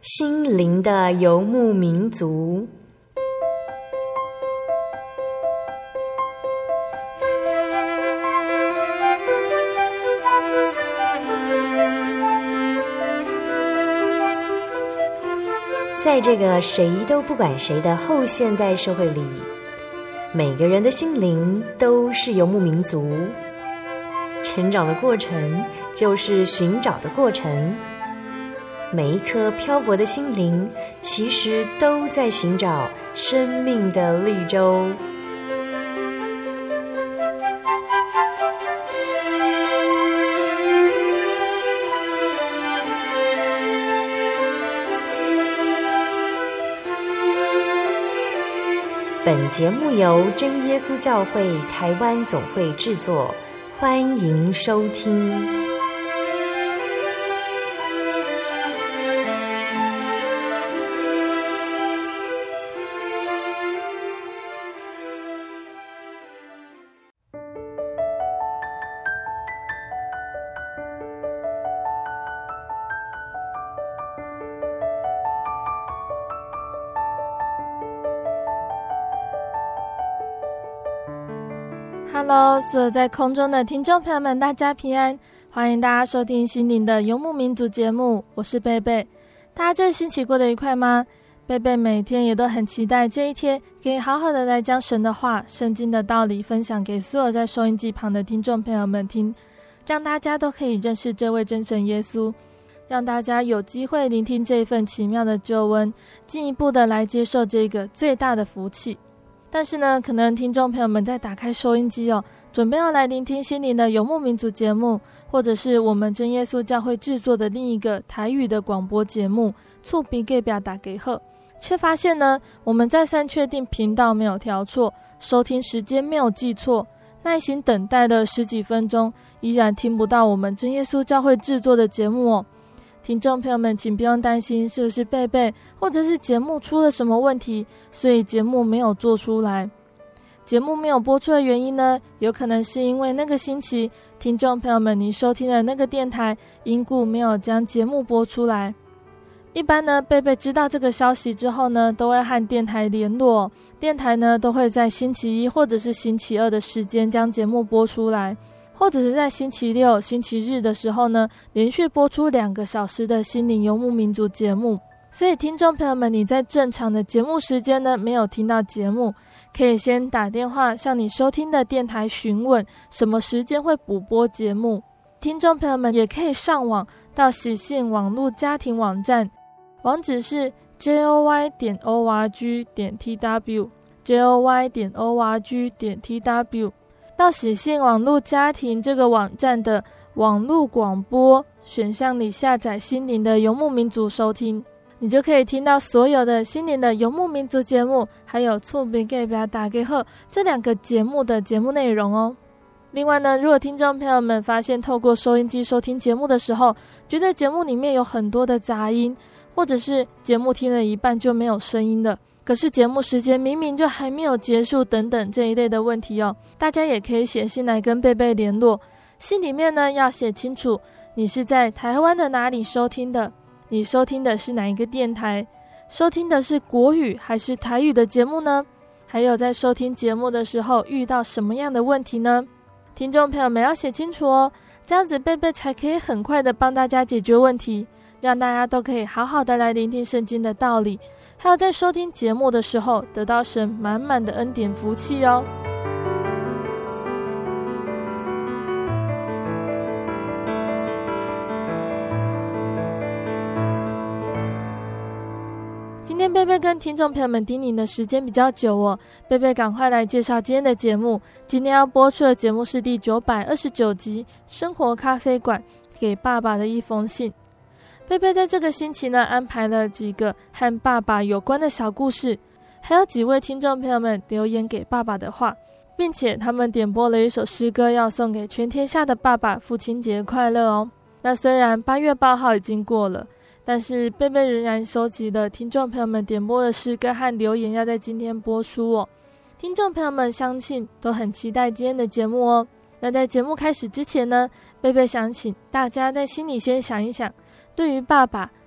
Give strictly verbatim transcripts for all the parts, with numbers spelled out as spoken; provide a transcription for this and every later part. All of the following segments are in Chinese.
心灵的游牧民族。在这个谁都不管谁的后现代社会里，每个人的心灵都是游牧民族。成长的过程就是寻找的过程，每一颗漂泊的心灵其实都在寻找生命的绿洲。本节目由真耶稣教会台湾总会制作，欢迎收听。 Hello， 所有在空中的听众朋友们，大家平安，欢迎大家收听心灵的游牧民族节目，我是贝贝。大家这个星期过得愉快吗？贝贝每天也都很期待这一天，可以好好的来将神的话、圣经的道理分享给所有在收音机旁的听众朋友们听，让大家都可以认识这位真神耶稣，让大家有机会聆听这一份奇妙的救恩，进一步的来接受这个最大的福气。但是呢，可能听众朋友们在打开收音机哦，准备要来聆听心灵的游牧民族节目，或者是我们真耶稣教会制作的另一个台语的广播节目厝边隔壁打给贺，却发现呢，我们再三确定频道没有调错，收听时间没有记错，耐心等待了十几分钟，依然听不到我们真耶稣教会制作的节目哦。听众朋友们请不用担心是不是贝贝或者是节目出了什么问题，所以节目没有做出来。节目没有播出的原因呢，有可能是因为那个星期听众朋友们你收听的那个电台因故没有将节目播出来。一般呢，贝贝知道这个消息之后呢，都会和电台联络，电台呢都会在星期一或者是星期二的时间将节目播出来，或者是在星期六、星期日的时候呢，连续播出两个小时的心灵游牧民族节目。所以听众朋友们，你在正常的节目时间呢没有听到节目，可以先打电话向你收听的电台询问什么时间会补播节目。听众朋友们也可以上网到喜信网络家庭网站，网址是 j o y 点 o r g 点 t w j o y 点 o r g 点 t w，到喜信网络家庭这个网站的网络广播选项里下载心灵的游牧民族收听，你就可以听到所有的心灵的游牧民族节目，还有厝边隔壁打给贺这两个节目的节目内容哦。另外呢，如果听众朋友们发现透过收音机收听节目的时候，觉得节目里面有很多的杂音，或者是节目听了一半就没有声音了，可是节目时间明明就还没有结束等等这一类的问题哦，大家也可以写信来跟贝贝联络。信里面呢要写清楚你是在台湾的哪里收听的，你收听的是哪一个电台，收听的是国语还是台语的节目呢？还有在收听节目的时候遇到什么样的问题呢？听众朋友们要写清楚哦，这样子贝贝才可以很快的帮大家解决问题，让大家都可以好好的来聆听圣经的道理，还有在收听节目的时候得到神满满的恩典福气哦。今天贝贝跟听众朋友们叮咛的时间比较久哦，贝贝赶快来介绍今天的节目。今天要播出的节目是第九百二十九集生活咖啡馆给爸爸的一封信。贝贝在这个星期呢安排了几个和爸爸有关的小故事，还有几位听众朋友们留言给爸爸的话，并且他们点播了一首诗歌要送给全天下的爸爸，父亲节快乐哦。那虽然八月八号已经过了，但是贝贝仍然收集了听众朋友们点播的诗歌和留言要在今天播出哦。听众朋友们相信都很期待今天的节目哦。那在节目开始之前呢，贝贝想请大家在心里先想一想，对于爸爸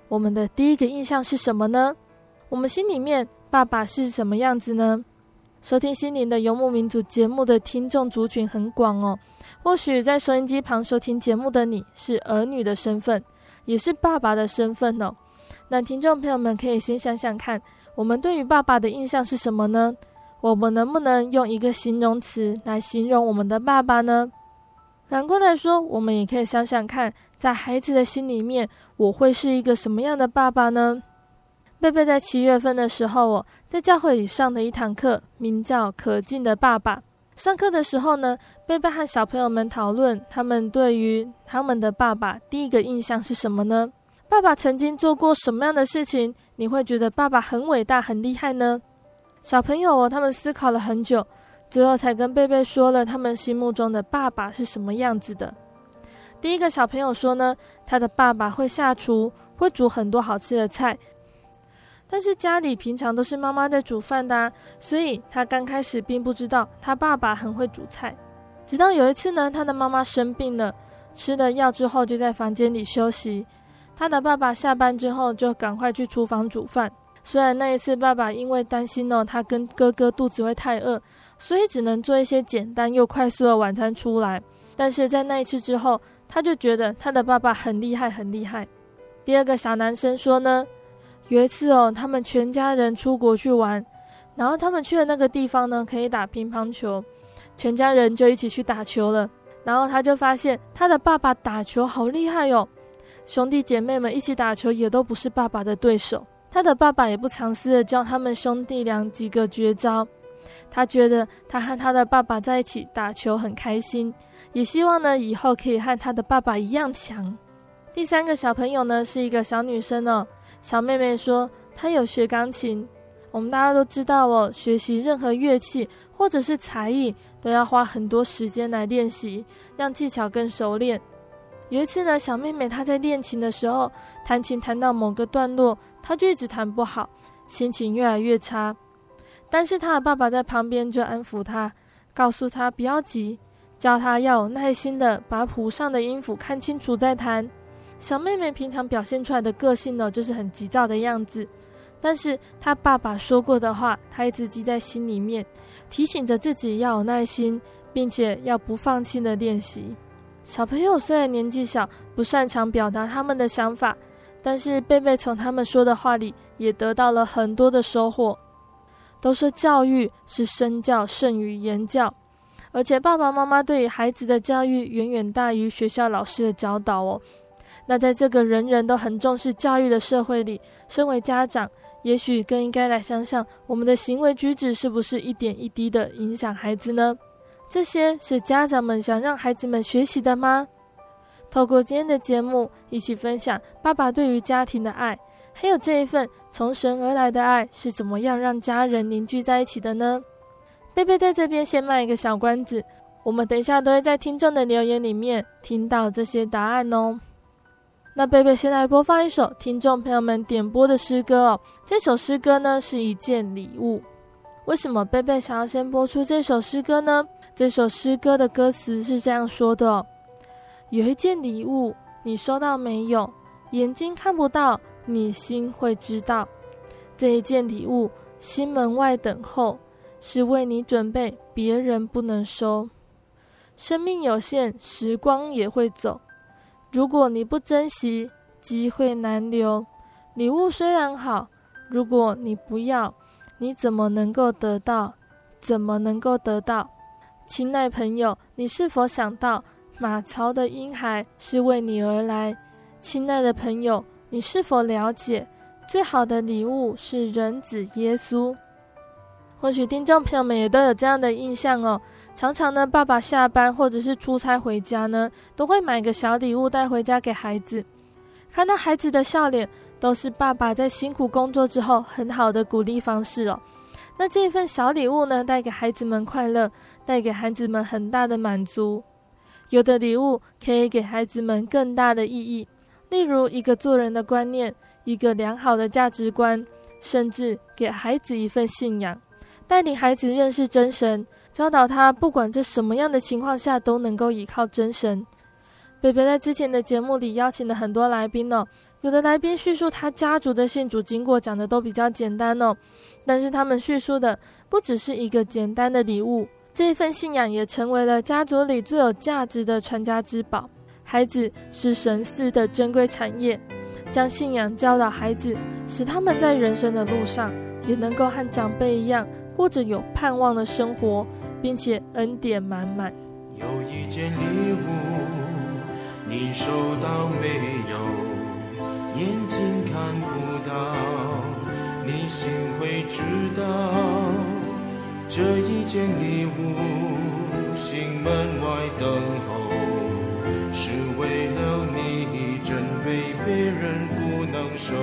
我们的第一个印象是什么呢？我们心里面爸爸是什么样子呢？收听心灵的游牧民族节目的听众族群很广哦，或许在收音机旁收听节目的你是儿女的身份，也是爸爸的身份哦。那听众朋友们可以先想想看，我们对于爸爸的印象是什么呢？我们能不能用一个形容词来形容我们的爸爸呢？反过来说，我们也可以想想看，在孩子的心里面，我会是一个什么样的爸爸呢？贝贝在七月份的时候哦，在教会里上的一堂课，名叫可敬的爸爸。上课的时候呢，贝贝和小朋友们讨论他们对于他们的爸爸第一个印象是什么呢？爸爸曾经做过什么样的事情，你会觉得爸爸很伟大很厉害呢？小朋友哦，他们思考了很久，最后才跟贝贝说了他们心目中的爸爸是什么样子的。第一个小朋友说呢，他的爸爸会下厨，会煮很多好吃的菜，但是家里平常都是妈妈在煮饭的啊，所以他刚开始并不知道他爸爸很会煮菜。直到有一次呢，他的妈妈生病了，吃了药之后就在房间里休息，他的爸爸下班之后就赶快去厨房煮饭。虽然那一次爸爸因为担心哦，他跟哥哥肚子会太饿，所以只能做一些简单又快速的晚餐出来，但是在那一次之后，他就觉得他的爸爸很厉害很厉害。第二个小男生说呢，有一次哦，他们全家人出国去玩，然后他们去的那个地方呢，可以打乒乓球，全家人就一起去打球了。然后他就发现他的爸爸打球好厉害哦，兄弟姐妹们一起打球也都不是爸爸的对手。他的爸爸也不藏私的教他们兄弟俩几个绝招，他觉得他和他的爸爸在一起打球很开心，也希望呢以后可以和他的爸爸一样强。第三个小朋友呢是一个小女生哦，小妹妹说她有学钢琴。我们大家都知道哦，学习任何乐器或者是才艺都要花很多时间来练习，让技巧更熟练。有一次呢，小妹妹她在练琴的时候，弹琴弹到某个段落，她就一直弹不好，心情越来越差。但是她的爸爸在旁边就安抚她，告诉她不要急，教她要有耐心的把谱上的音符看清楚再弹。小妹妹平常表现出来的个性呢，就是很急躁的样子，但是她爸爸说过的话，她一直记在心里面，提醒着自己要有耐心，并且要不放弃的练习。小朋友虽然年纪小，不擅长表达他们的想法，但是贝贝从他们说的话里也得到了很多的收获。都说教育是身教胜于言教，而且爸爸妈妈对于孩子的教育远远大于学校老师的教导哦。那在这个人人都很重视教育的社会里，身为家长，也许更应该来想想我们的行为举止是不是一点一滴的影响孩子呢？这些是家长们想让孩子们学习的吗？透过今天的节目，一起分享爸爸对于家庭的爱，还有这一份从神而来的爱是怎么样让家人凝聚在一起的呢？贝贝在这边先卖一个小关子，我们等一下都会在听众的留言里面听到这些答案哦。那贝贝先来播放一首听众朋友们点播的诗歌哦，这首诗歌呢是一件礼物。为什么贝贝想要先播出这首诗歌呢？这首诗歌的歌词是这样说的哦，有一件礼物你收到没有？眼睛看不到，你心会知道。这一件礼物心门外等候，是为你准备，别人不能收。生命有限，时光也会走，如果你不珍惜，机会难留。礼物虽然好，如果你不要，你怎么能够得到？怎么能够得到？亲爱朋友，你是否想到马槽的婴孩是为你而来？亲爱的朋友，你是否了解最好的礼物是人子耶稣？或许听众朋友们也都有这样的印象哦，常常呢，爸爸下班或者是出差回家呢，都会买个小礼物带回家给孩子。看到孩子的笑脸，都是爸爸在辛苦工作之后很好的鼓励方式哦。那这一份小礼物呢，带给孩子们快乐，带给孩子们很大的满足。有的礼物可以给孩子们更大的意义，例如一个做人的观念，一个良好的价值观，甚至给孩子一份信仰，带领孩子认识真神，教导他不管在什么样的情况下都能够依靠真神。贝贝在之前的节目里邀请了很多来宾哦， 有的来宾叙述他家族的信主经过，讲的都比较简单哦，但是他们叙述的不只是一个简单的礼物，这一份信仰也成为了家族里最有价值的传家之宝。孩子是神赐的珍贵产业，将信仰教导孩子，使他们在人生的路上也能够和长辈一样，过着有盼望的生活，并且恩典满满。 有一件礼物你收到没有？眼睛看不到，你心会知道。这一件礼物，心门外等候，是为了你，真为别人不能收。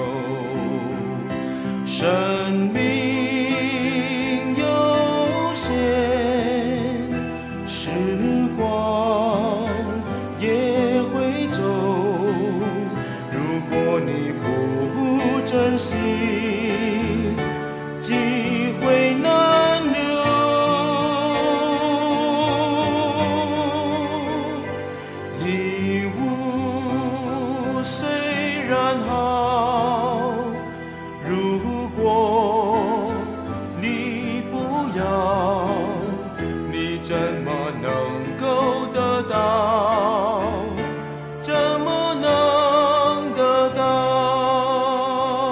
生命有限，时光也会走，如果你不珍惜，机会难留。礼物虽然好，如果你不要，你怎么能够得到？怎么能得到？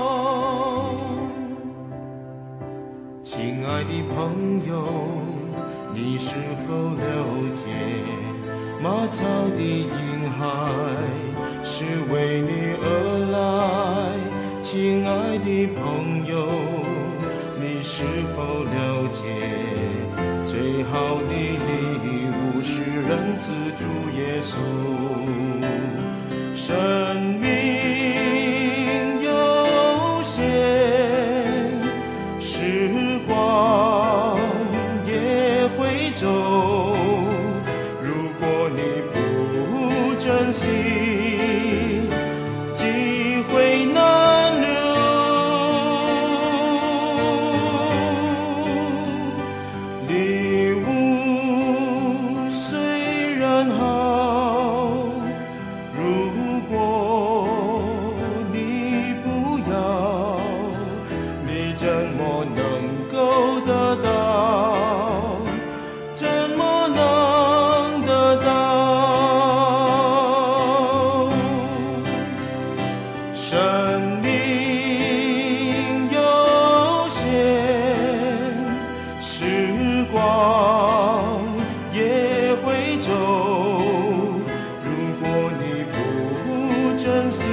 亲爱的朋友，你是否了解，马槽的婴孩是为你而来？亲爱的朋友，你是否了解，最好的礼物是人子主耶稣。生命有限，时光也会走，如果你不珍惜，机会难留。礼物虽然好，如果你不要，你怎么能够得到？怎么能得到？生命有限，时光也会走，如果你不珍惜，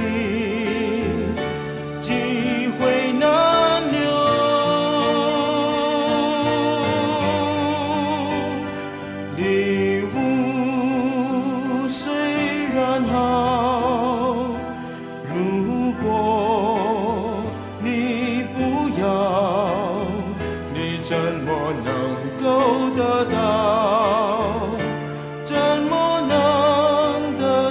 机会难留。礼物虽然好，如果你不要，你怎么能够得到？怎么能得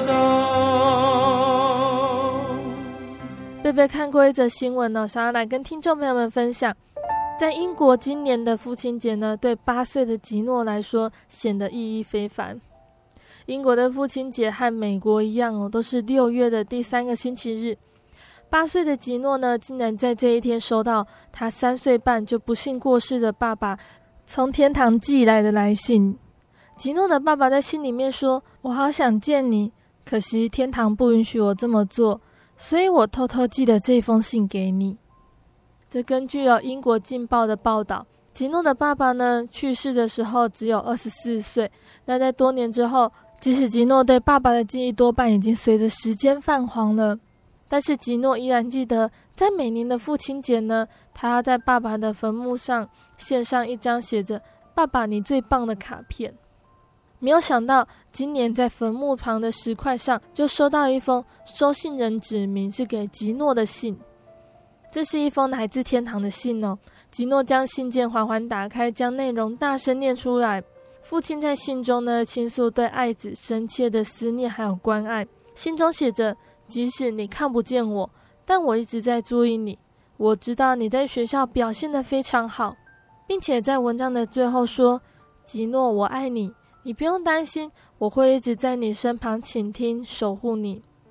到？ 贝贝看过一则新闻呢，想要来跟听众朋友们分享。在英国今年的父亲节呢，对八岁的吉诺来说显得意义非凡。英国的父亲节和美国一样哦，都是六月的第三个星期日。八岁的吉诺呢，竟然在这一天收到他三岁半就不幸过世的爸爸从天堂寄来的来信。吉诺的爸爸在信里面说：“我好想见你，可惜天堂不允许我这么做，所以我偷偷寄了这封信给你。”这根据了英国《镜报》的报道，吉诺的爸爸呢去世的时候只有二十四岁。那在多年之后，即使吉诺对爸爸的记忆多半已经随着时间泛黄了，但是吉诺依然记得，在每年的父亲节呢，他要在爸爸的坟墓上献上一张写着“爸爸你最棒”的卡片。没有想到，今年在坟墓旁的石块上就收到一封收信人指明是给吉诺的信。这是一封来自天堂的信哦。吉诺将信件缓缓打开，将内容大声念出来。父亲在信中呢，倾诉对爱子深切的思念还有关爱。信中写着：即使你看不见我，但我一直在注意你。我知道你在学校表现得非常好，并且在文章的最后说：吉诺，我爱你，你不用担心，我会一直在你身旁倾听守护你。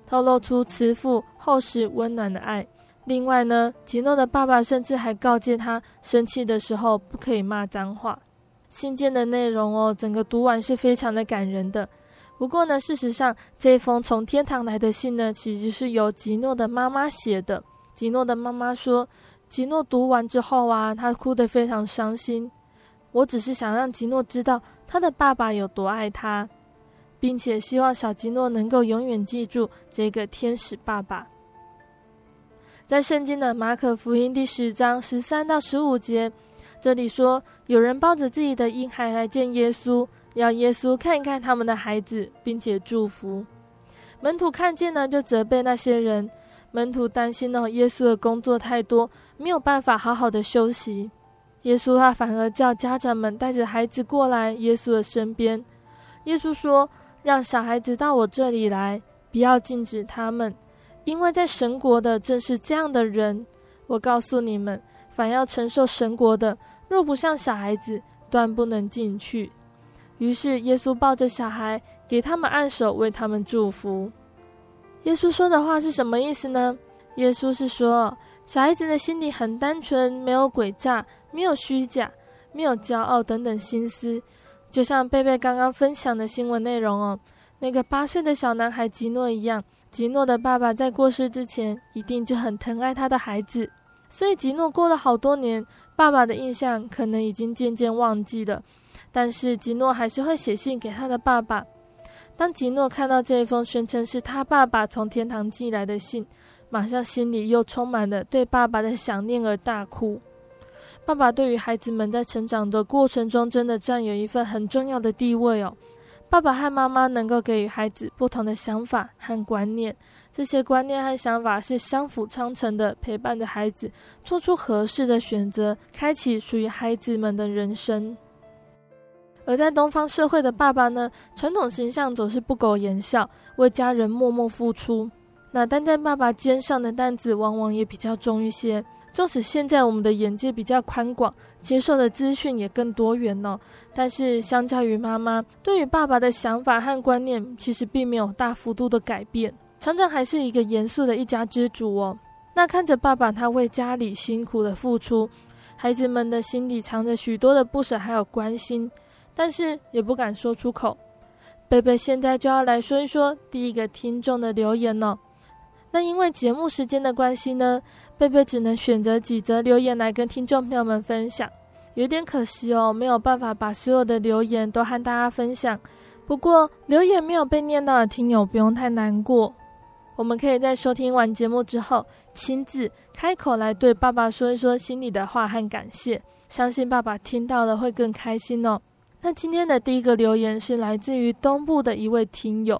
透露出慈父厚实温暖的爱。另外呢，吉诺的爸爸甚至还告诫他，生气的时候不可以骂脏话。信件的内容哦，整个读完是非常的感人的。不过呢，事实上这封从天堂来的信呢，其实是由吉诺的妈妈写的。吉诺的妈妈说，吉诺读完之后啊，他哭得非常伤心。我只是想让吉诺知道他的爸爸有多爱他，并且希望小吉诺能够永远记住这个天使爸爸。在圣经的马可福音第十章十三到十五节，这里说，有人抱着自己的婴孩来见耶稣，要耶稣看一看他们的孩子，并且祝福。门徒看见呢，就责备那些人。门徒担心哦，耶稣的工作太多，没有办法好好的休息。耶稣他反而叫家长们带着孩子过来耶稣的身边。耶稣说，让小孩子到我这里来，不要禁止他们，因为在神国的正是这样的人。我告诉你们，凡要承受神国的，若不像小孩子，断不能进去。于是耶稣抱着小孩，给他们按手，为他们祝福。耶稣说的话是什么意思呢？耶稣是说，小孩子的心里很单纯，没有诡诈，没有虚假，没有骄傲等等心思。就像贝贝刚刚分享的新闻内容哦，那个八岁的小男孩吉诺一样，吉诺的爸爸在过世之前一定就很疼爱他的孩子，所以吉诺过了好多年，爸爸的印象可能已经渐渐忘记了，但是吉诺还是会写信给他的爸爸。当吉诺看到这一封宣称是他爸爸从天堂寄来的信，马上心里又充满了对爸爸的想念而大哭。爸爸对于孩子们在成长的过程中真的占有一份很重要的地位哦。爸爸和妈妈能够给予孩子不同的想法和观念，这些观念和想法是相辅相成的，陪伴着孩子做出合适的选择，开启属于孩子们的人生。而在东方社会的爸爸呢，传统形象总是不苟言笑，为家人默默付出。那担在爸爸肩上的担子往往也比较重一些。纵使现在我们的眼界比较宽广，接受的资讯也更多元哦，但是相较于妈妈，对于爸爸的想法和观念其实并没有大幅度的改变，常常还是一个严肃的一家之主哦。那看着爸爸他为家里辛苦的付出，孩子们的心里藏着许多的不舍还有关心，但是也不敢说出口。贝贝现在就要来说一说第一个听众的留言哦。那因为节目时间的关系呢，贝贝只能选择几则留言来跟听众朋友们分享，有点可惜哦，没有办法把所有的留言都和大家分享。不过留言没有被念到的听友不用太难过，我们可以在收听完节目之后，亲自开口来对爸爸说一说心里的话和感谢，相信爸爸听到了会更开心哦。那今天的第一个留言是来自于东部的一位听友。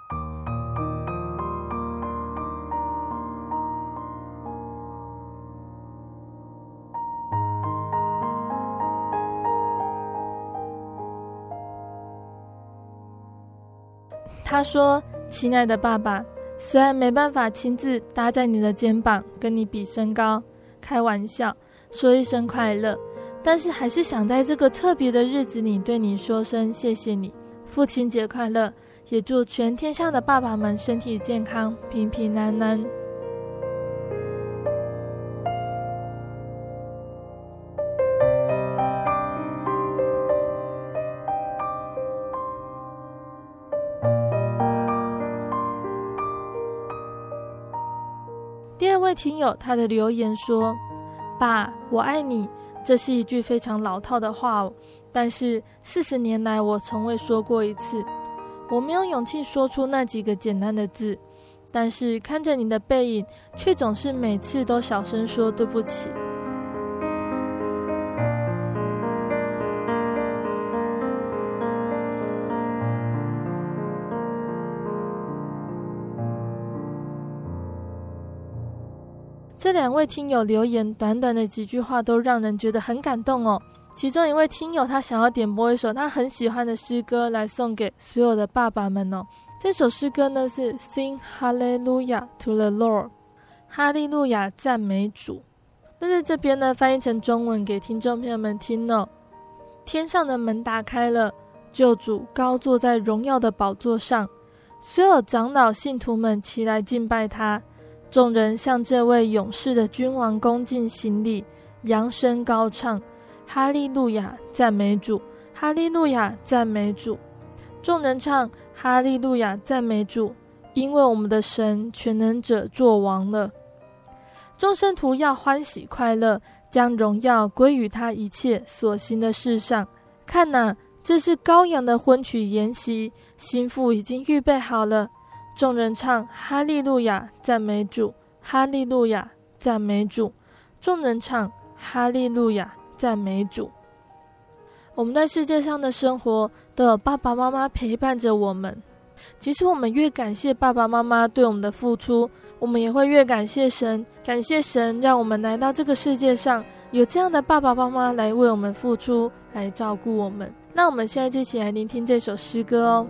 他说，亲爱的爸爸，虽然没办法亲自搭在你的肩膀跟你比身高，开玩笑说一声快乐，但是还是想在这个特别的日子里对你说声谢谢你。父亲节快乐，也祝全天下的爸爸们身体健康，平平安安。第二位听友他的留言说，爸，我爱你，这是一句非常老套的话哦，但是四十年来我从未说过一次，我没有勇气说出那几个简单的字，但是看着你的背影，却总是每次都小声说对不起。这两位听友留言短短的几句话都让人觉得很感动哦。其中一位听友他想要点播一首他很喜欢的诗歌来送给所有的爸爸们哦。这首诗歌呢是 Sing Hallelujah to the Lord， 哈利路亚赞美主。那在这边呢翻译成中文给听众朋友们听哦。天上的门打开了，救主高坐在荣耀的宝座上， 所有长老信徒们齐来敬拜他。众人向这位勇士的君王恭敬行礼，扬声高唱：哈利路亚，赞美主！哈利路亚，赞美主！众人唱：哈利路亚，赞美主！因为我们的神全能者作王了。众圣徒要欢喜快乐，将荣耀归于他一切所行的事上。看哪，这是羔羊的婚娶筵席，新妇已经预备好了。众人唱：哈利路亚，赞美主！哈利路亚，赞美主！众人唱：哈利路亚，赞美主！我们在世界上的生活都有爸爸妈妈陪伴着我们。其实我们越感谢爸爸妈妈对我们的付出，我们也会越感谢神，感谢神让我们来到这个世界上，有这样的爸爸妈妈来为我们付出，来照顾我们。那我们现在就一起来聆听这首诗歌哦。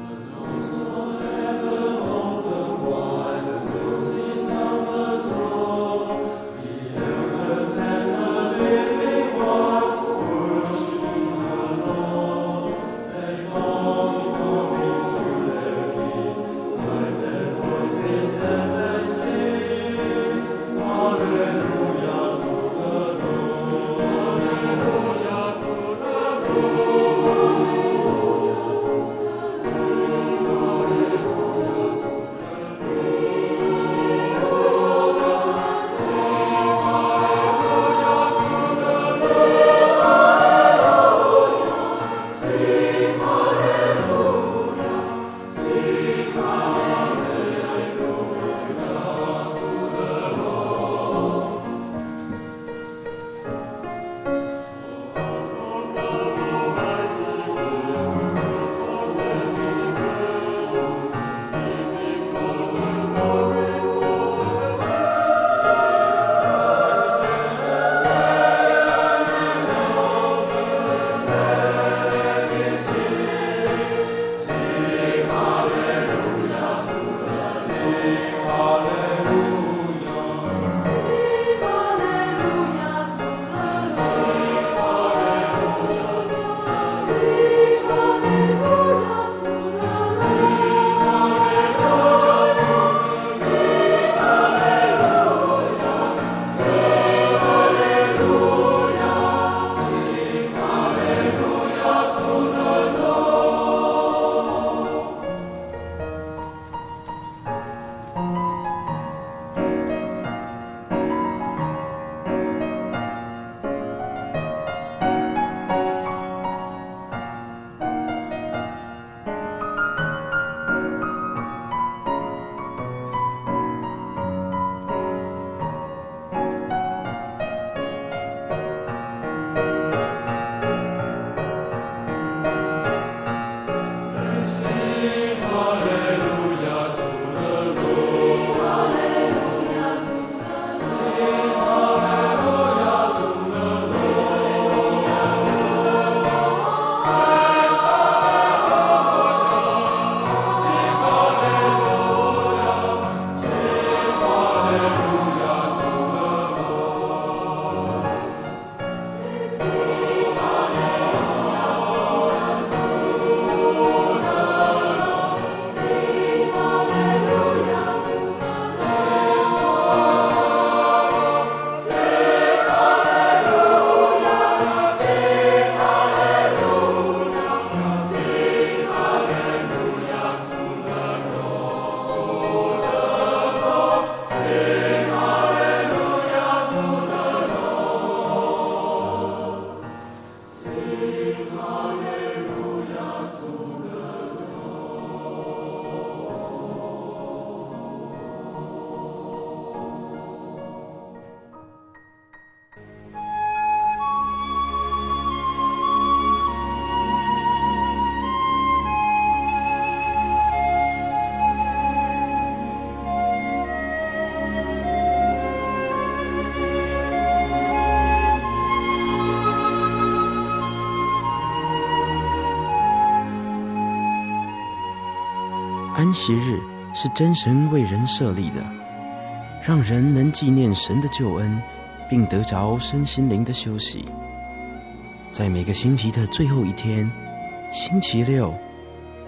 安息日是真神为人设立的，让人能纪念神的救恩，并得着身心灵的休息。在每个星期的最后一天，星期六，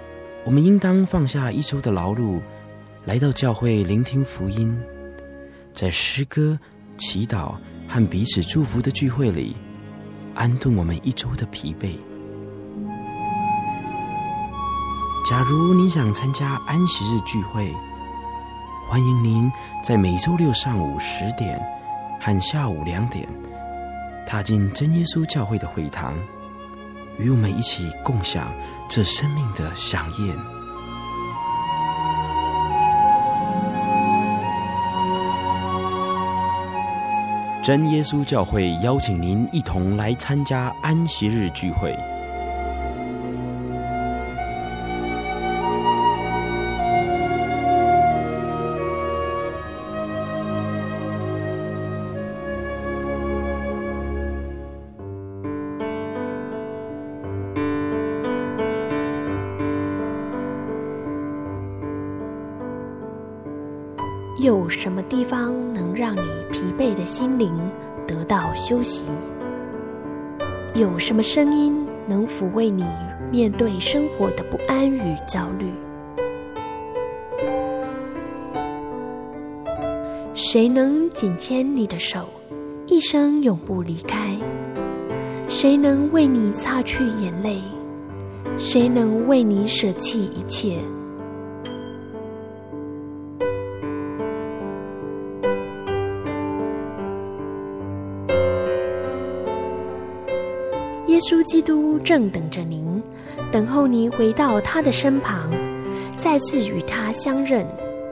我们应当放下一周的劳碌，来到教会聆听福音，在诗歌、祈祷和彼此祝福的聚会里，安顿我们一周的疲惫。假如你想参加安息日聚会，欢迎您在每周六上午十点和下午两点踏进真耶稣教会的会堂，与我们一起共享这生命的飨宴。真耶稣教会邀请您一同来参加安息日聚会。 有什么地方能让你疲惫的心灵得到休息？有什么声音能抚慰你面对生活的不安与焦虑？谁能紧牵你的手，一生永不离开？谁能为你擦去眼泪？谁能为你舍弃一切？耶稣基督正等着您，等候您回到他的身旁，再次与他相认。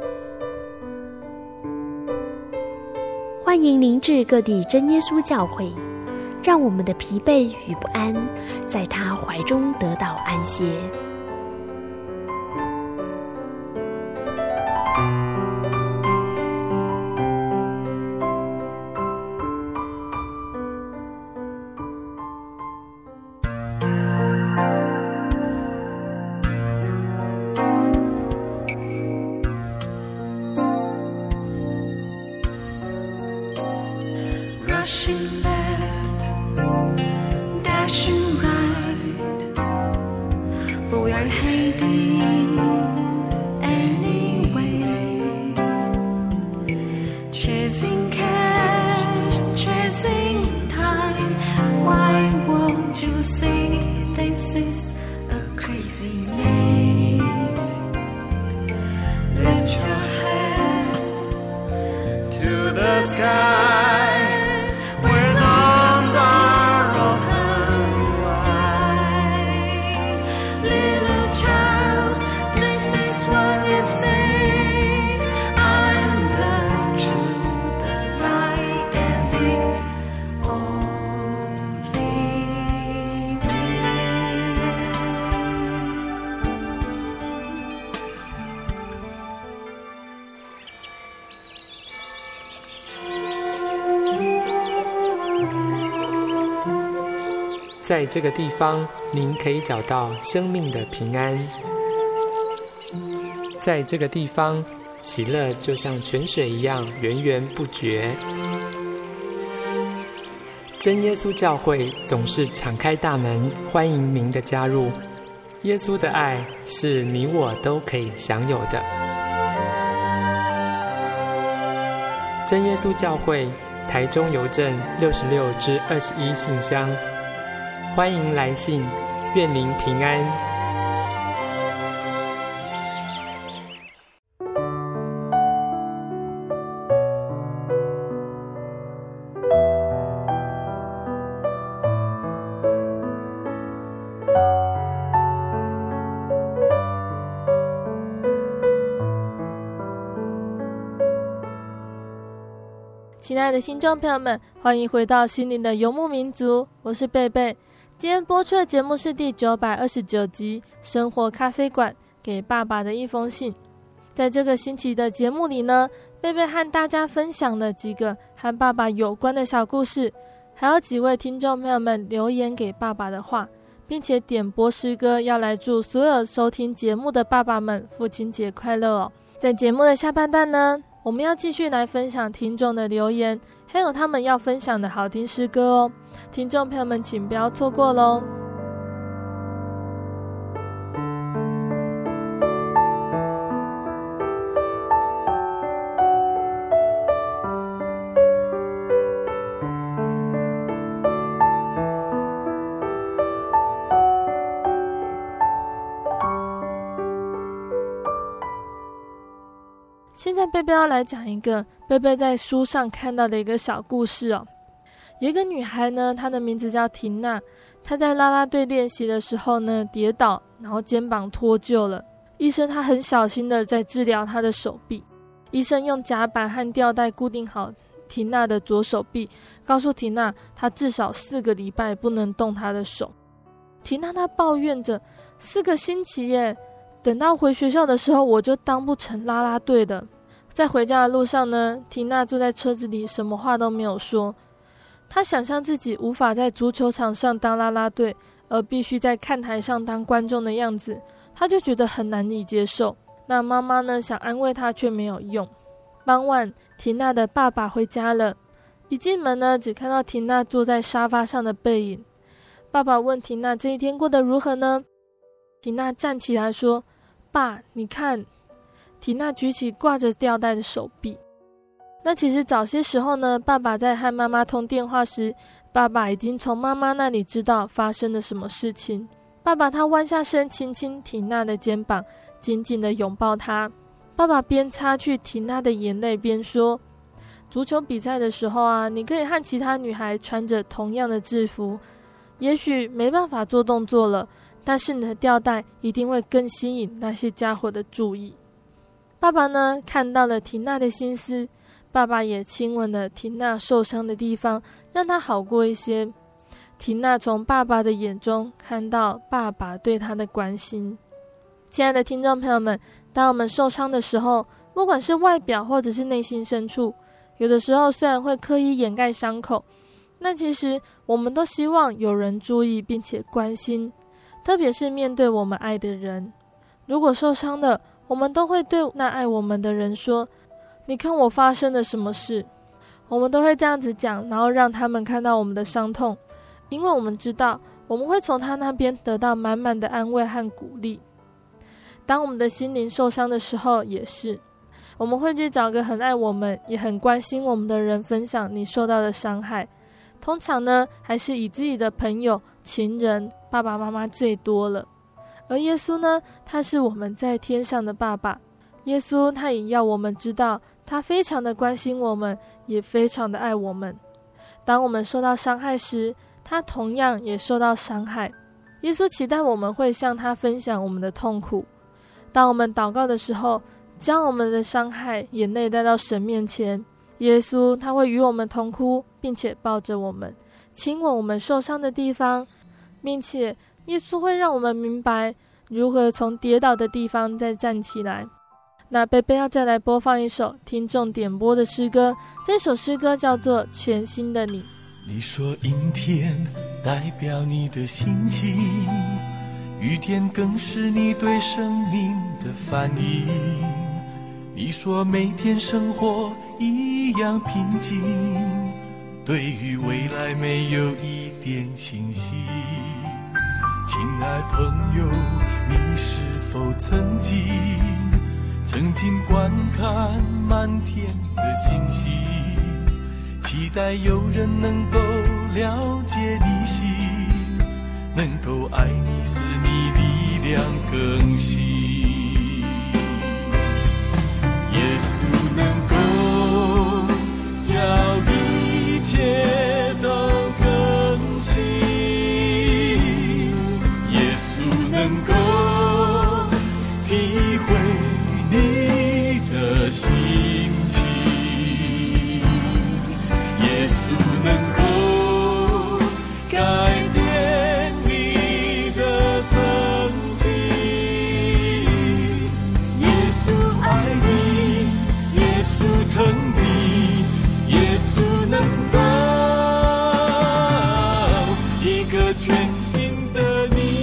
欢迎您至各地真耶稣教会，让我们的疲惫与不安在他怀中得到安歇。 Rushing left, dashing right, but we are heading anyway. Chasing cash, chasing time. Why won't you see this is a crazy maze? Lift your head to the sky. 在这个地方，您可以找到生命的平安。在这个地方，喜乐就像泉水一样源源不绝。真耶稣教会总是敞开大门，欢迎您的加入。耶稣的爱是你我都可以享有的。真耶稣教会，台中邮政六十六至二十一信箱。欢迎来信，愿您平安。 亲爱的听众朋友们，欢迎回到心灵的游牧民族，我是贝贝。今天播出的节目是第九百二十九集生活咖啡馆给爸爸的一封信。在这个星期的节目里呢，贝贝和大家分享了几个和爸爸有关的小故事，还有几位听众朋友们留言给爸爸的话，并且点播诗歌要来祝所有收听节目的爸爸们父亲节快乐哦。在节目的下半段呢，我们要继续来分享听众的留言，还有他们要分享的好听诗歌哦，听众朋友们请不要错过咯。 现在贝贝要来讲一个贝贝在书上看到的一个小故事哦。有一个女孩呢，她的名字叫缇娜，她在啦啦队练习的时候呢跌倒，然后肩膀脱臼了。医生他很小心的在治疗她的手臂，医生用夹板和吊带固定好缇娜的左手臂，告诉缇娜她至少四个礼拜不能动她的手。缇娜她抱怨着，四个星期耶，等到回学校的时候我就当不成啦啦队的。在回家的路上呢，缇娜坐在车子里什么话都没有说。她想象自己无法在足球场上当啦啦队，而必须在看台上当观众的样子，她就觉得很难以接受。那妈妈呢，想安慰她却没有用。傍晚，缇娜的爸爸回家了，一进门呢，只看到缇娜坐在沙发上的背影。爸爸问缇娜这一天过得如何呢？缇娜站起来说，爸，你看。缇娜举起挂着吊带的手臂。那其实早些时候呢，爸爸在和妈妈通电话时，爸爸已经从妈妈那里知道发生了什么事情。爸爸他弯下身亲亲缇娜的肩膀，紧紧地拥抱她。爸爸边擦去缇娜的眼泪边说，足球比赛的时候啊，你可以和其他女孩穿着同样的制服，也许没办法做动作了，但是你的吊带一定会更吸引那些家伙的注意。爸爸呢，看到了缇娜的心思，爸爸也亲吻了缇娜受伤的地方，让她好过一些。缇娜从爸爸的眼中看到爸爸对她的关心。亲爱的听众朋友们，当我们受伤的时候，不管是外表或者是内心深处，有的时候虽然会刻意掩盖伤口，那其实我们都希望有人注意并且关心，特别是面对我们爱的人。如果受伤了，我们都会对那爱我们的人说，你看我发生了什么事。我们都会这样子讲，然后让他们看到我们的伤痛，因为我们知道我们会从他那边得到满满的安慰和鼓励。当我们的心灵受伤的时候也是，我们会去找个很爱我们也很关心我们的人分享你受到的伤害。通常呢，还是以自己的朋友、情人、爸爸妈妈最多了。而耶稣呢，他是我们在天上的爸爸。耶稣他也要我们知道，他非常的关心我们，也非常的爱我们。当我们受到伤害时，他同样也受到伤害。耶稣期待我们会向他分享我们的痛苦。当我们祷告的时候，将我们的伤害、眼泪带到神面前，耶稣他会与我们同哭，并且抱着我们，亲吻我们受伤的地方，并且耶稣会让我们明白如何从跌倒的地方再站起来。那贝贝要再来播放一首听众点播的诗歌，这首诗歌叫做《全新的你》。 你说阴天代表你的心情，雨天更是你对生命的反应。你说每天生活一样平静，对于未来没有一点信心。亲爱朋友，你是否曾经曾经观看满天的星星，期待有人能够了解你心，能够爱你，使你力量更新。耶稣能够叫一切都更新，耶稣能够体会你的心情，耶稣能够改变你的曾经，耶稣爱你，耶稣疼你，耶稣能造一个全新的你。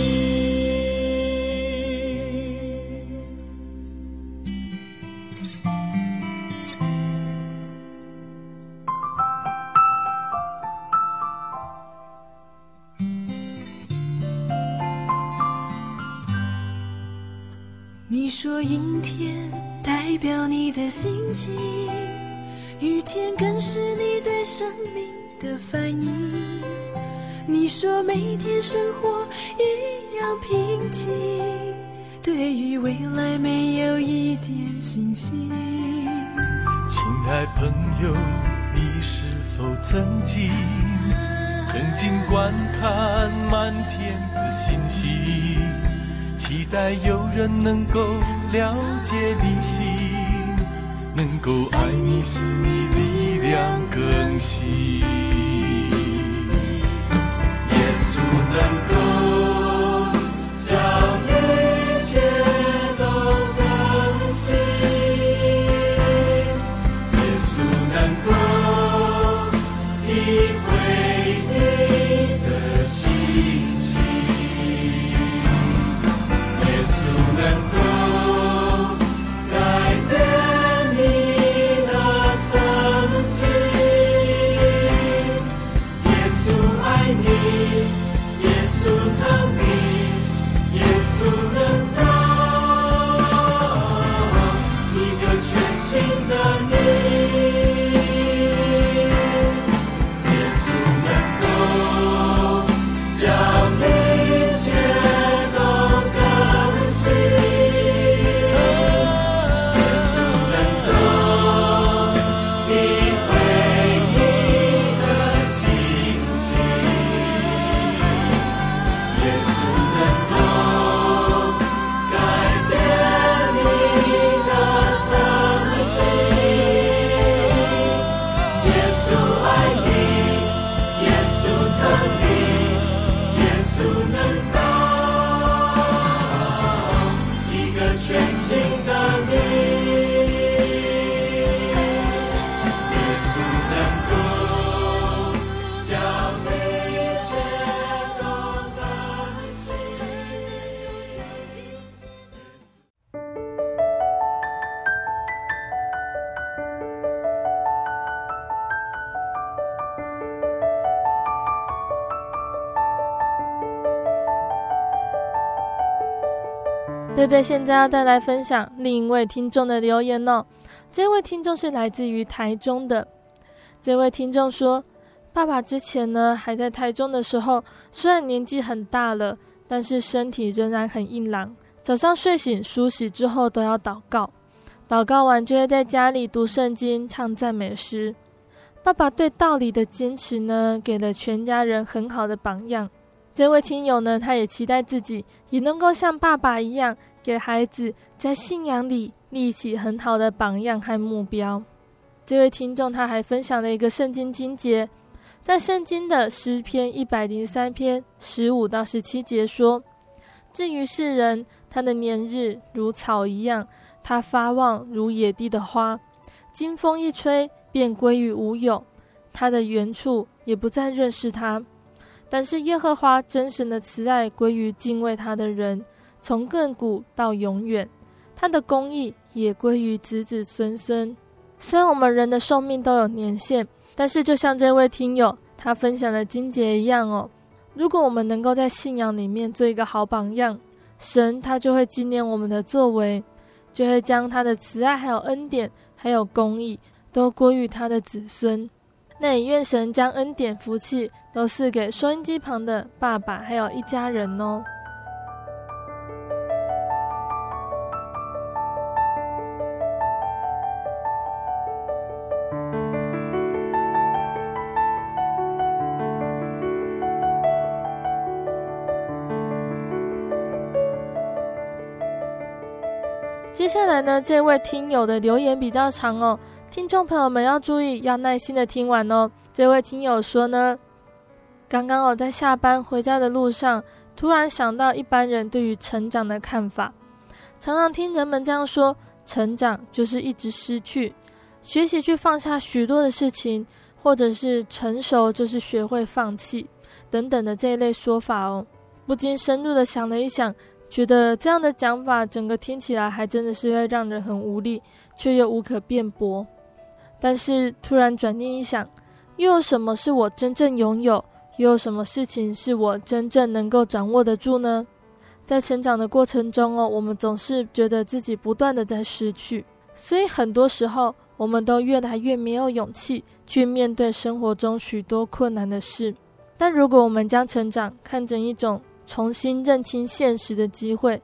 你说阴天代表你的心情，雨天更是你对生命的反应。你说每天生活一样平静， 对于未来没有一点信心。 亲爱朋友，你是否曾经曾经观看满天的星星，期待有人能够了解你心，能够爱你使你力量更新。耶稣能够将一切都更新，耶稣能够体会你的心情，耶稣能够改变你的曾经，耶稣爱你，耶稣疼你，耶稣能造一个全新的你，耶稣能够将一切都更新，耶稣能够体会你的心情，耶稣能够改变你的曾经，耶稣爱你，耶稣疼你，耶稣能造一个全新的你，耶稣能够将一切都更新。 贝贝现在要再来分享另一位听众的留言哦。这位听众是来自于台中的。这位听众说，爸爸之前呢还在台中的时候，虽然年纪很大了，但是身体仍然很硬朗。早上睡醒梳洗之后都要祷告，祷告完就会在家里读圣经唱赞美诗。爸爸对道理的坚持呢，给了全家人很好的榜样。这位听友呢，他也期待自己也能够像爸爸一样，给孩子在信仰里立起很好的榜样和目标。这位听众他还分享了一个圣经经节，在圣经的诗篇一百零三篇十五到十七节说，至于世人，他的年日如草一样，他发旺如野地的花，经风一吹便归于无有，他的原处也不再认识他。但是耶和华真神的慈爱归于敬畏他的人，从亘古到永远，他的公义也归于子子孙孙。虽然我们人的寿命都有年限，但是就像这位听友他分享的经节一样哦，如果我们能够在信仰里面做一个好榜样，神他就会纪念我们的作为，就会将他的慈爱还有恩典还有公义都归于他的子孙。那也愿神将恩典福气都赐给收音机旁的爸爸还有一家人哦。接下来呢，这位听友的留言比较长哦，听众朋友们要注意，要耐心的听完哦。这位听友说呢，刚刚我在下班回家的路上，突然想到一般人对于成长的看法，常常听人们这样说，成长就是一直失去，学习去放下许多的事情，或者是成熟就是学会放弃等等的这一类说法哦。不禁深入的想了一想，觉得这样的讲法整个听起来还真的是会让人很无力，却又无可辩驳。但是突然转念一想，又有什么是我真正拥有，又有什么事情是我真正能够掌握得住呢？在成长的过程中哦，我们总是觉得自己不断的在失去，所以很多时候我们都越来越没有勇气去面对生活中许多困难的事。但如果我们将成长看成一种重新认清现实的机会，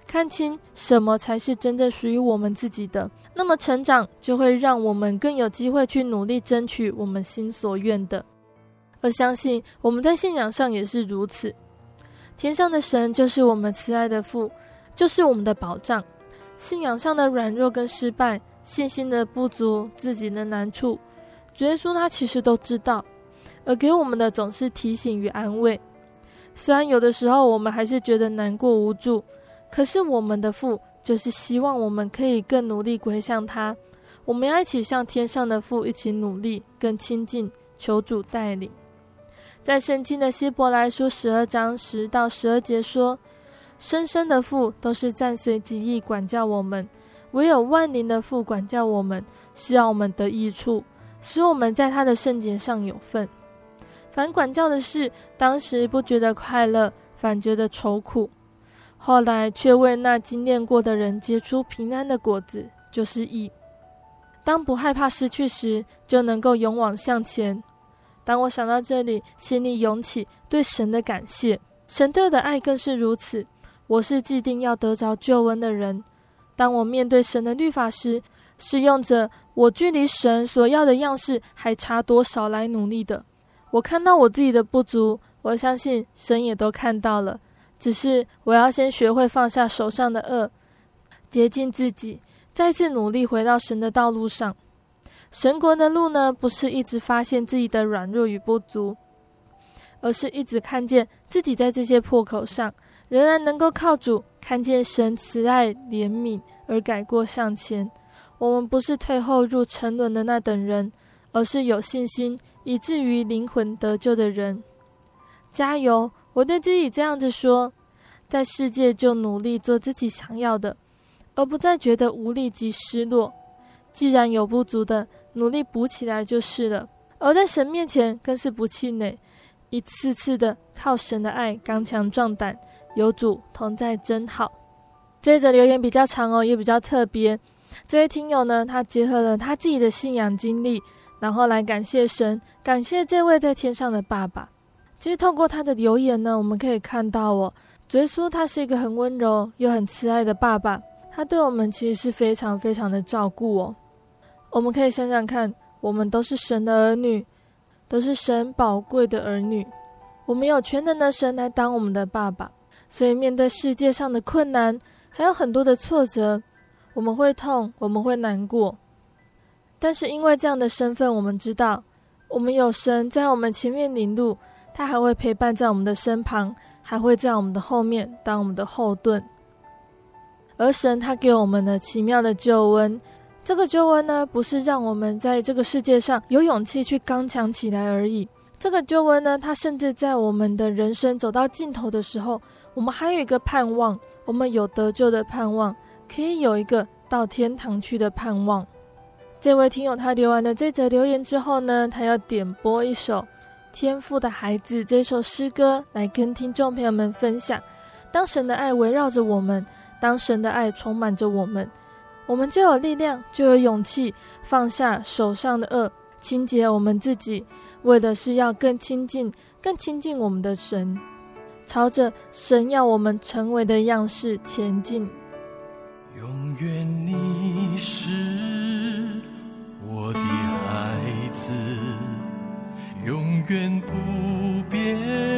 看清什么才是真正属于我们自己的，那么成长就会让我们更有机会去努力争取我们心所愿的。而相信我们在信仰上也是如此，天上的神就是我们慈爱的父，就是我们的保障。信仰上的软弱跟失败，信心的不足，自己的难处，主耶稣他其实都知道，而给我们的总是提醒与安慰。虽然有的时候我们还是觉得难过无助，可是我们的父就是希望我们可以更努力归向他，我们要一起向天上的父一起努力，更亲近，求主带领。在圣经的希伯来书十二章十到十二节说，生生的父都是暂随己意管教我们，唯有万灵的父管教我们，是要我们得益处，使我们在他的圣洁上有份。凡管教的事，当时不觉得快乐，反觉得愁苦，后来却为那经验过的人结出平安的果子，就是义。当不害怕失去时，就能够勇往向前。当我想到这里，心里涌起对神的感谢，神对我的爱更是如此。我是既定要得着救恩的人，当我面对神的律法时，是用着我距离神所要的样式还差多少来努力的。我看到我自己的不足，我相信神也都看到了，只是我要先学会放下手上的恶，洁净自己，再次努力回到神的道路上。神国的路呢，不是一直发现自己的软弱与不足，而是一直看见自己在这些破口上仍然能够靠主看见神慈爱怜悯而改过向前。我们不是退后入沉沦的那等人，而是有信心以至于灵魂得救的人。加油，我对自己这样子说，在世界就努力做自己想要的，而不再觉得无力及失落。既然有不足的，努力补起来就是了。而在神面前更是不气馁，一次次的靠神的爱刚强壮胆，有主同在真好。这一则留言比较长哦，也比较特别。这位听友呢，他结合了他自己的信仰经历，然后来感谢神，感谢这位在天上的爸爸。其实透过他的留言呢，我们可以看到哦，主耶稣他是一个很温柔又很慈爱的爸爸，他对我们其实是非常非常的照顾哦。我们可以想想看，我们都是神的儿女，都是神宝贵的儿女，我们有全能的神来当我们的爸爸，所以面对世界上的困难，还有很多的挫折，我们会痛，我们会难过，但是因为这样的身份，我们知道我们有神在我们前面领路，他还会陪伴在我们的身旁，还会在我们的后面当我们的后盾。而神他给我们的奇妙的救恩，这个救恩呢，不是让我们在这个世界上有勇气去刚强起来而已，这个救恩呢，它甚至在我们的人生走到尽头的时候，我们还有一个盼望，我们有得救的盼望，可以有一个到天堂去的盼望。这位听友他留完了这则留言之后呢，他要点播一首《天父的孩子》这首诗歌来跟听众朋友们分享。当神的爱围绕着我们，当神的爱充满着我们，我们就有力量，就有勇气放下手上的恶，清洁我们自己，为的是要更亲近更亲近我们的神，朝着神要我们成为的样式前进。 永远你是我的孩子，永远不变，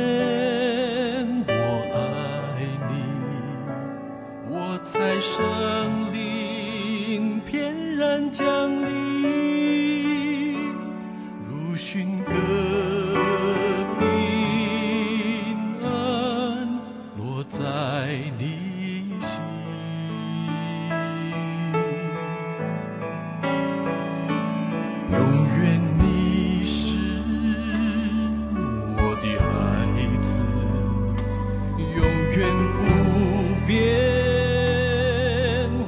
我爱你，我在生灵翩然降临，如寻歌平安落在你心。永远你是我的孩子，永远不变，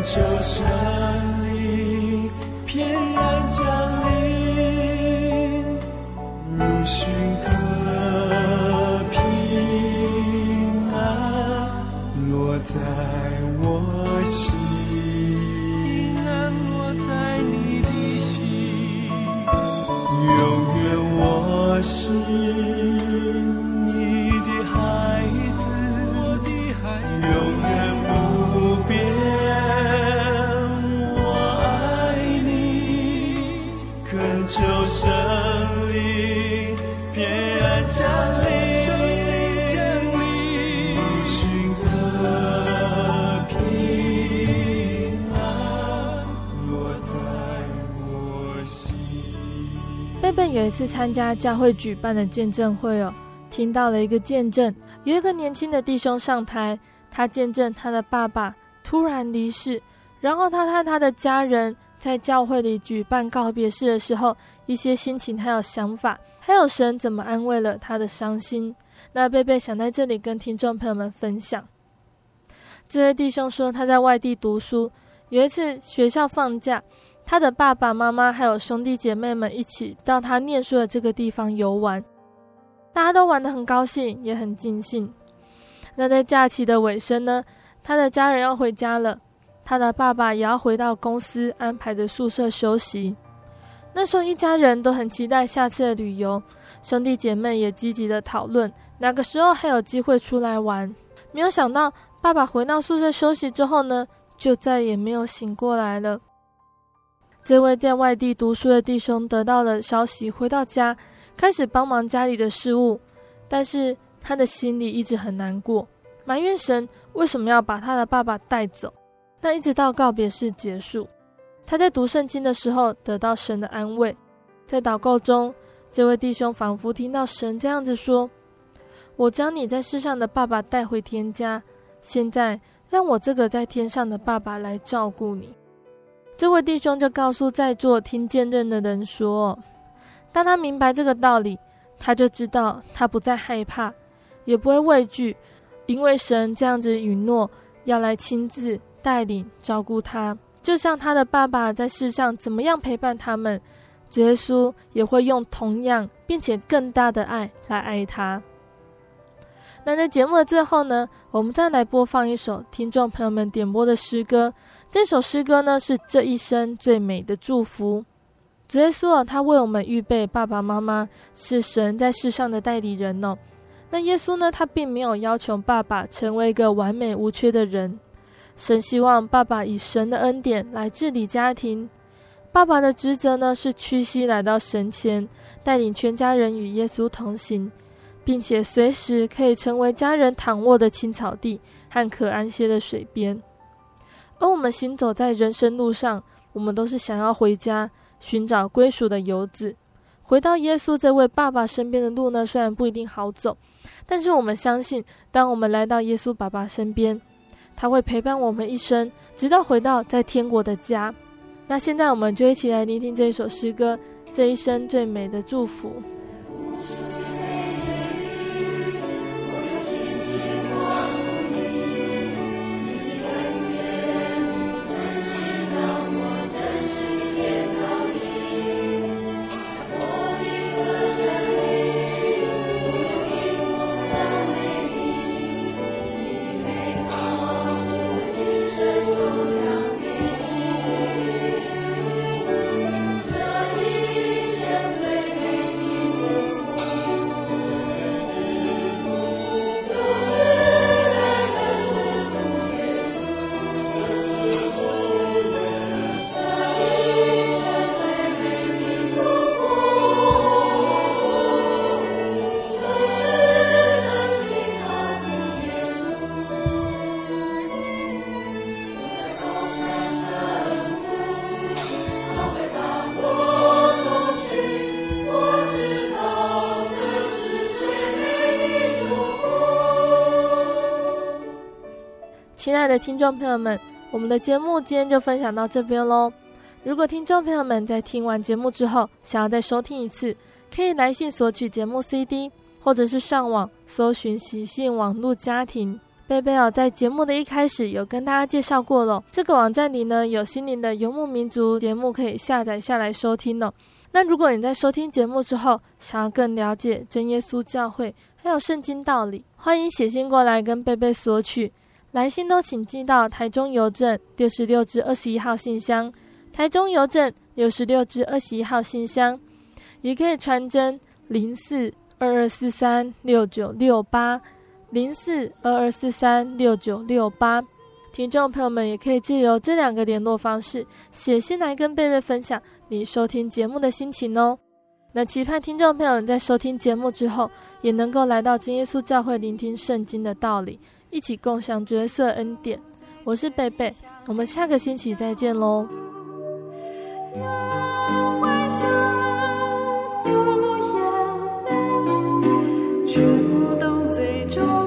求神灵翩然降临，如寻个平安落在我心，平安落在你的心，永远我是你的孩子，我的孩子，永远不变，我爱你，恳求神灵翩然降临，如寻个平安落在我心。 贝贝有一次参加教会举办的见证会哦，听到了一个见证，有一个年轻的弟兄上台，他见证他的爸爸突然离世，然后他和他的家人在教会里举办告别式的时候，一些心情还有想法，还有神怎么安慰了他的伤心。那贝贝想在这里跟听众朋友们分享。这位弟兄说他在外地读书，有一次学校放假，他的爸爸妈妈还有兄弟姐妹们一起到他念书的这个地方游玩，大家都玩得很高兴，也很尽兴。那在假期的尾声呢，他的家人要回家了，他的爸爸也要回到公司安排的宿舍休息。那时候一家人都很期待下次的旅游，兄弟姐妹也积极的讨论哪个时候还有机会出来玩。没有想到爸爸回到宿舍休息之后呢，就再也没有醒过来了。这位在外地读书的弟兄得到了消息，回到家开始帮忙家里的事务，但是他的心里一直很难过，埋怨神为什么要把他的爸爸带走。那一直到告别式结束，他在读圣经的时候得到神的安慰。在祷告中，这位弟兄仿佛听到神这样子说，我将你在世上的爸爸带回天家，现在让我这个在天上的爸爸来照顾你。这位弟兄就告诉在座听见证的人说，当他明白这个道理，他就知道他不再害怕，也不会畏惧，因为神这样子允诺要来亲自带领照顾他，就像他的爸爸在世上怎么样陪伴他们，主耶稣也会用同样并且更大的爱来爱他。那在节目的最后呢，我们再来播放一首听众朋友们点播的诗歌。这首诗歌呢是这一生最美的祝福。主耶稣啊，他为我们预备爸爸妈妈，是神在世上的代理人哦。那耶稣呢，他并没有要求爸爸成为一个完美无缺的人，神希望爸爸以神的恩典来治理家庭。爸爸的职责呢是屈膝来到神前，带领全家人与耶稣同行，并且随时可以成为家人躺卧的青草地和可安歇的水边。而我们行走在人生路上，我们都是想要回家，寻找归属的游子。回到耶稣这位爸爸身边的路呢，虽然不一定好走，但是我们相信，当我们来到耶稣爸爸身边，他会陪伴我们一生，直到回到在天国的家。那现在我们就一起来聆听这一首诗歌，这一生最美的祝福。亲爱的听众朋友们，我们的节目今天就分享到这边咯。如果听众朋友们在听完节目之后想要再收听一次，可以来信索取节目 C D， 或者是上网搜寻喜信网络家庭， 贝贝哦，在节目的一开始有跟大家介绍过了，这个网站里呢有心灵的游牧民族节目可以下载下来收听哦。那如果你在收听节目之后，想要更了解真耶稣教会还有圣经道理，欢迎写信过来跟贝贝索取。来信都请寄到台中邮政六十六至二十一号信箱，台中邮政六十六至二十一号信箱，也可以传真零四二二四三六九六八。零四二二四三六九六八，听众朋友们也可以借由这两个联络方式写信来跟贝贝分享你收听节目的心情哦。那期盼听众朋友在收听节目之后，也能够来到真耶稣教会聆听圣经的道理，一起共享角色恩典。我是贝贝，我们下个星期再见咯。 有微笑，有眼泪，却不懂最终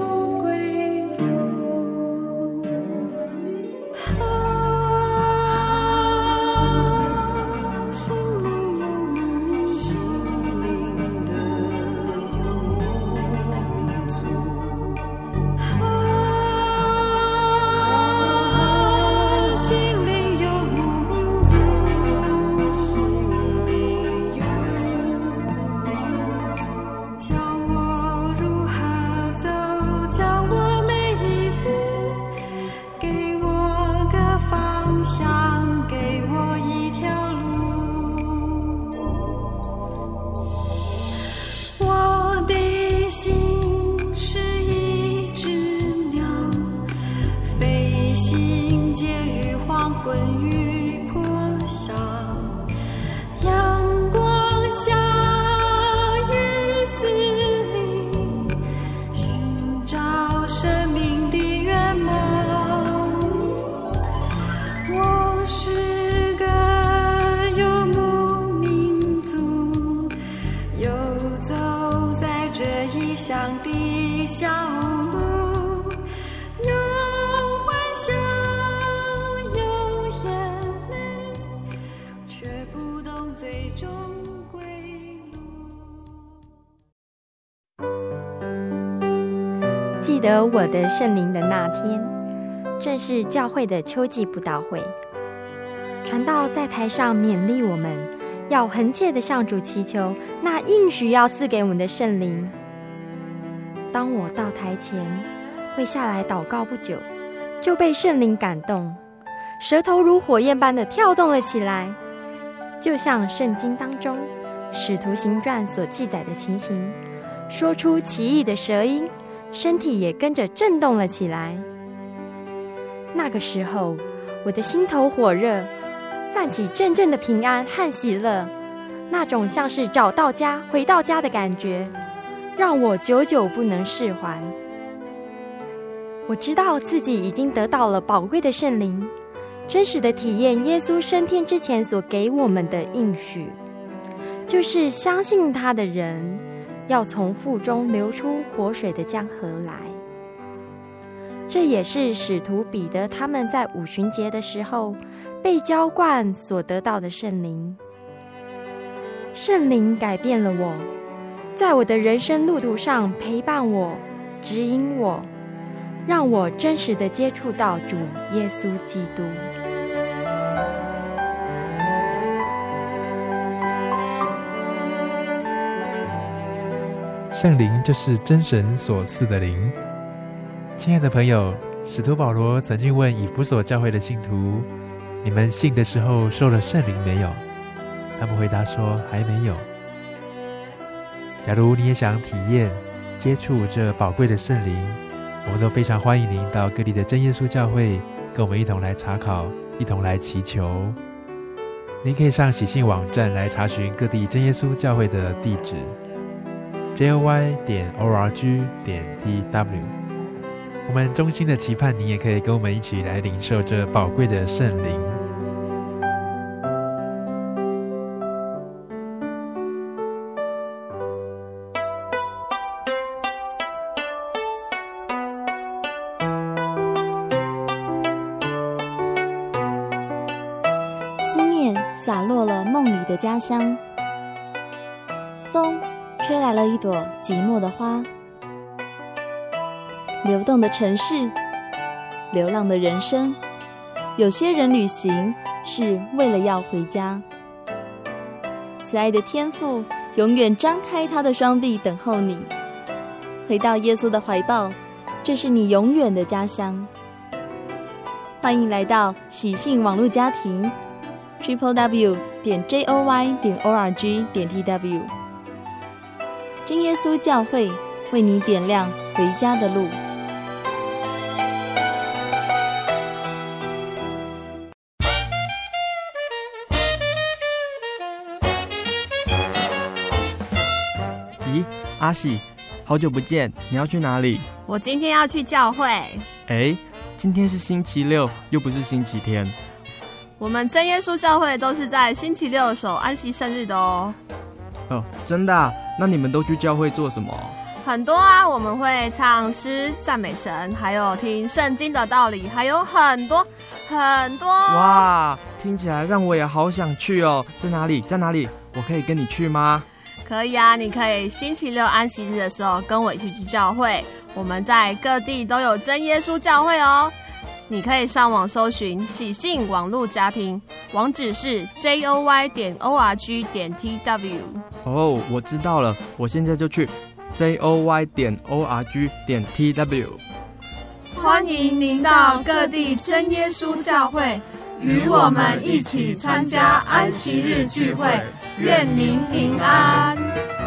记得我的圣灵的那天，正是教会的秋季布道会。传道在台上勉励我们，要恒切地向主祈求那应许要赐给我们的圣灵。当我到台前，会下来祷告不久，就被圣灵感动，舌头如火焰般的跳动了起来，就像圣经当中使徒行传所记载的情形，说出奇异的舌音，身体也跟着震动了起来。那个时候，我的心头火热，泛起阵阵的平安和喜乐，那种像是找到家、回到家的感觉，让我久久不能释怀。我知道自己已经得到了宝贵的圣灵，真实的体验耶稣升天之前所给我们的应许，就是相信他的人要从腹中流出活水的江河来。这也是使徒彼得他们在五旬节的时候被浇灌所得到的圣灵。圣灵改变了我，在我的人生路途上陪伴我、指引我，让我真实地接触到主耶稣基督。 圣灵就是真神所赐的灵。亲爱的朋友，使徒保罗曾经问以弗所教会的信徒，你们信的时候受了圣灵没有？他们回答说还没有。假如你也想体验接触这宝贵的圣灵，我们都非常欢迎您到各地的真耶稣教会跟我们一同来查考，一同来祈求。您可以上喜信网站来查询各地真耶稣教会的地址 j o y 点 o r g 点 t w。 我们衷心的期盼您也可以跟我们一起来领受这宝贵的圣灵。 思念洒落了梦里的家乡，风吹来了一朵寂寞的花， 流动的城市，流浪的人生。有些人旅行是为了要回家。慈爱的天父永远张开他的双臂等候你，回到耶稣的怀抱，这是你永远的家乡。欢迎来到喜信网络家庭 triple w 点 j o y 点 o r g 点 t w， 真耶稣教会为你点亮回家的路。 咦，阿喜，好久不见，你要去哪里？ 我今天要去教会。 哎，今天是星期六，又不是星期天。 我们真耶稣教会都是在星期六守安息圣日的哦。 哦，真的啊？那你们都去教会做什么？ 很多啊，我们会唱诗赞美神，还有听圣经的道理，还有很多很多。 哇，听起来让我也好想去哦。在哪里？在哪里？我可以跟你去吗？ 可以啊，你可以星期六安息日的时候跟我一起去教会。我们在各地都有真耶稣教会哦。你可以上网搜寻喜信网络家庭，网址是 j o y 点 o r g 点 t w。 哦，我知道了，我现在就去 j o y 点 o r g 点 t w。 欢迎您到各地真耶稣教会，与我们一起参加安息日聚会，愿您平安。